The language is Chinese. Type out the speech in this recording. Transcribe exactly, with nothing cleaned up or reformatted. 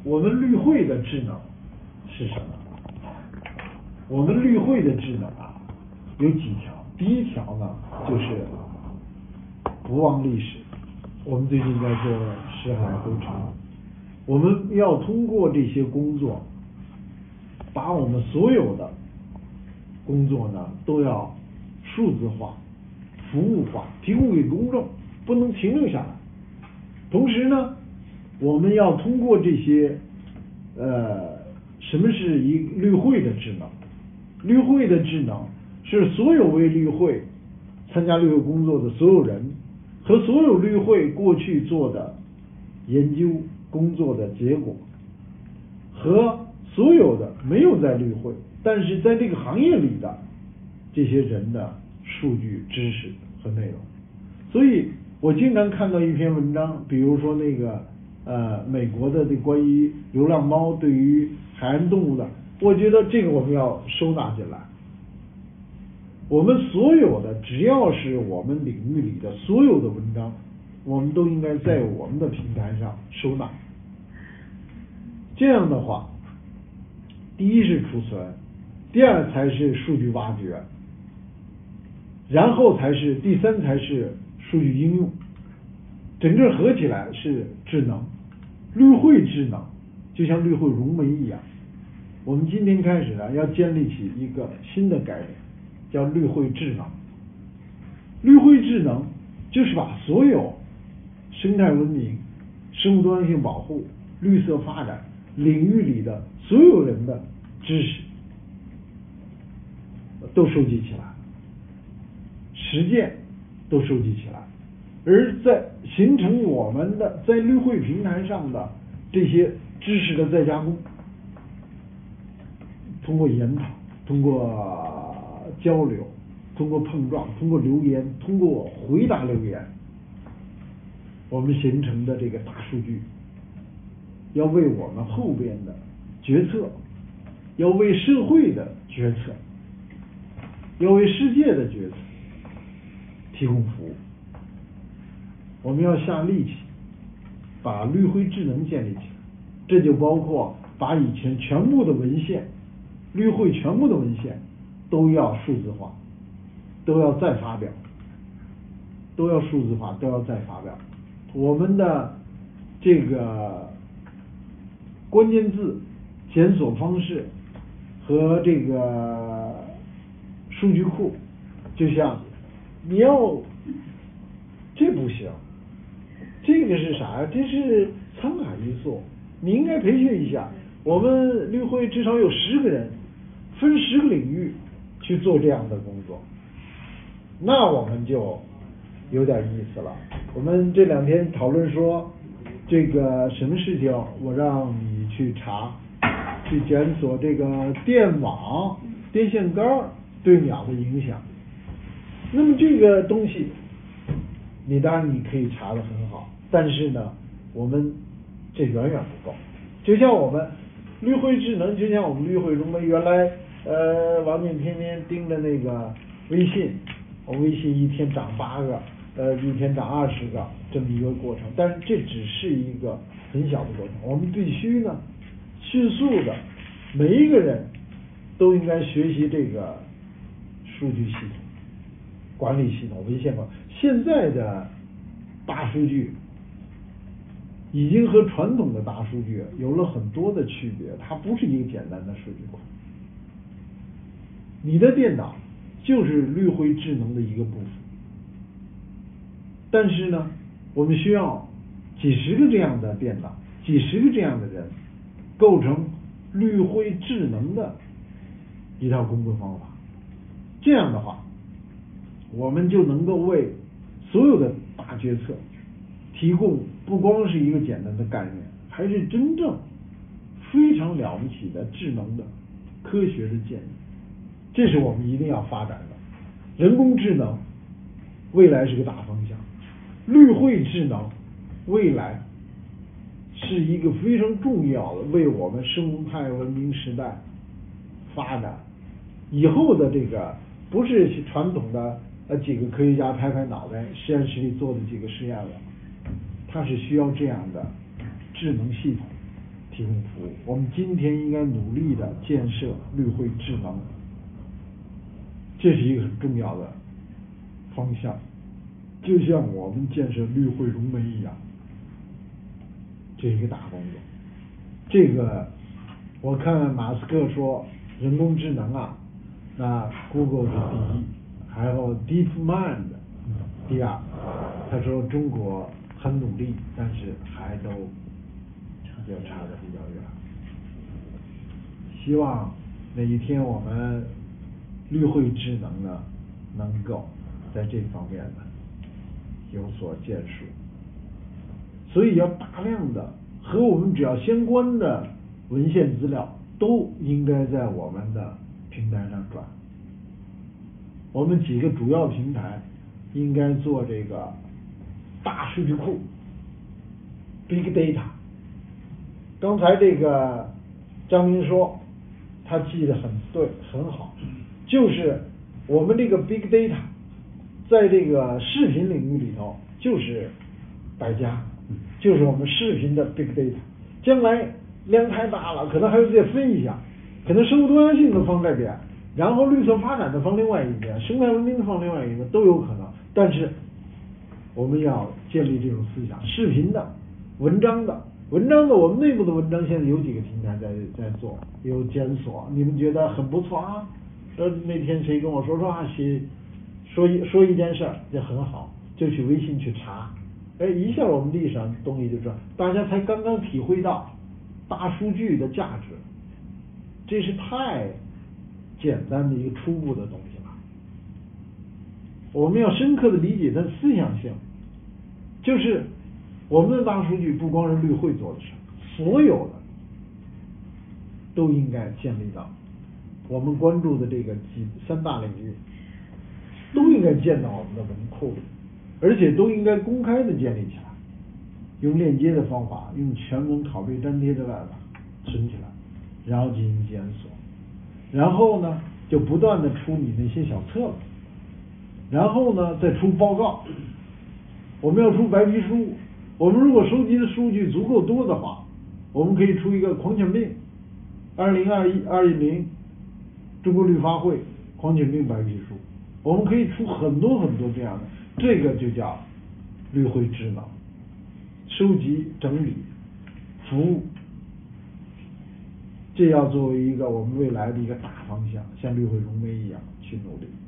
我们绿会的智能是什么？我们绿会的智能啊，有几条。第一条呢，就是不忘历史。我们最近在做识海回潮，我们要通过这些工作，把我们所有的工作呢都要数字化、服务化，提供给公众，不能停留下来。同时呢，我们要通过这些，呃，什么是一绿会的智能？绿会的智能是所有为绿会参加绿会工作的所有人和所有绿会过去做的研究工作的结果，和所有的没有在绿会但是在这个行业里的这些人的数据知识和内容。所以我经常看到一篇文章，比如说那个呃美国的这关于流浪猫对于海岸动物的，我觉得这个我们要收纳进来。我们所有的只要是我们领域里的所有的文章，我们都应该在我们的平台上收纳。这样的话，第一是储存，第二才是数据挖掘，然后才是第三才是数据应用，整个合起来是智能。绿会智能就像绿会融媒一样，我们今天开始呢要建立起一个新的概念，叫绿会智能。绿会智能就是把所有生态文明、生物多样性保护、绿色发展领域里的所有人的知识都收集起来，实践都收集起来，而在形成我们的在绿会平台上的这些知识的再加工，通过研讨，通过交流，通过碰撞，通过留言，通过回答留言，我们形成的这个大数据要为我们后边的决策，要为社会的决策，要为世界的决策提供服务。我们要下力气把绿会智能建立起来，这就包括把以前全部的文献，绿会全部的文献都要数字化，都要再发表，都要数字化，都要再发表。我们的这个关键字检索方式和这个数据库，就像你要这不行，这个是啥呀？这是参考因素，你应该培训一下。我们绿会至少有十个人，分十个领域去做这样的工作，那我们就有点意思了。我们这两天讨论说，这个什么事情，我让你去查，去检索这个电网、电线杆对鸟的影响。那么这个东西，你当然你可以查得很好，但是呢，我们这远远不够。就像我们绿会智能，就像我们绿会融媒，原来呃王静天天盯着那个微信，我微信一天涨八个，呃一天涨二十个这么一个过程，但是这只是一个很小的过程，我们必须呢迅速的，每一个人都应该学习这个数据系统、管理系统、文献管理。现在的大数据已经和传统的大数据有了很多的区别，它不是一个简单的数据库。你的电脑就是绿会智能的一个部分，但是呢，我们需要几十个这样的电脑，几十个这样的人，构成绿会智能的一套工作方法。这样的话，我们就能够为所有的大决策提供不光是一个简单的概念，还是真正非常了不起的智能的科学的建议。这是我们一定要发展的。人工智能未来是个大方向，绿会智能未来是一个非常重要的为我们生态文明时代发展以后的这个，不是传统的呃几个科学家拍拍脑袋实验室里做的几个实验了，它是需要这样的智能系统提供服务。我们今天应该努力的建设绿汇智能，这是一个很重要的方向，就像我们建设绿汇融媒一样，这是一个大工作。这个我看马斯克说人工智能啊，那 Google 是第一，还有 DeepMind 第二。他说中国很努力，但是还都要差得比较远。希望哪一天我们绿汇智能呢，能够在这方面呢有所建树。所以要大量的和我们只要相关的文献资料都应该在我们的平台上转。我们几个主要平台应该做这个大数据库 Big Data。刚才这个张明说他记得很对很好，就是我们这个 Big Data 在这个视频领域里头就是百家，就是我们视频的 Big Data。将来量太大了，可能还要再分一下，可能生物多样性的放这边，然后绿色发展的放另外一边，生态文明的放另外一边，都有可能。但是我们要建立这种思想，视频的、文章的、文章的，我们内部的文章现在有几个平台在在做，有检索，你们觉得很不错啊？说那天谁跟我说说啊，写说一说一件事儿就很好，就去微信去查，哎，一下我们历史上东西就知道，大家才刚刚体会到大数据的价值，这是太简单的一个初步的东西了。我们要深刻的理解它的思想性，就是我们的大数据不光是绿汇做的事，所有的都应该建立到我们关注的这个几三大领域，都应该建到我们的文库里，而且都应该公开的建立起来，用链接的方法，用全文拷贝粘贴的办法存起来，然后进行检索，然后呢就不断的出你那些小册子，然后呢再出报告。我们要出白皮书，我们如果收集的数据足够多的话，我们可以出一个狂犬病二零二一二零中国绿发会狂犬病白皮书，我们可以出很多很多这样的，这个就叫绿汇智能，收集、整理、服务，这要作为一个我们未来的一个大方向，像绿汇融媒一样去努力。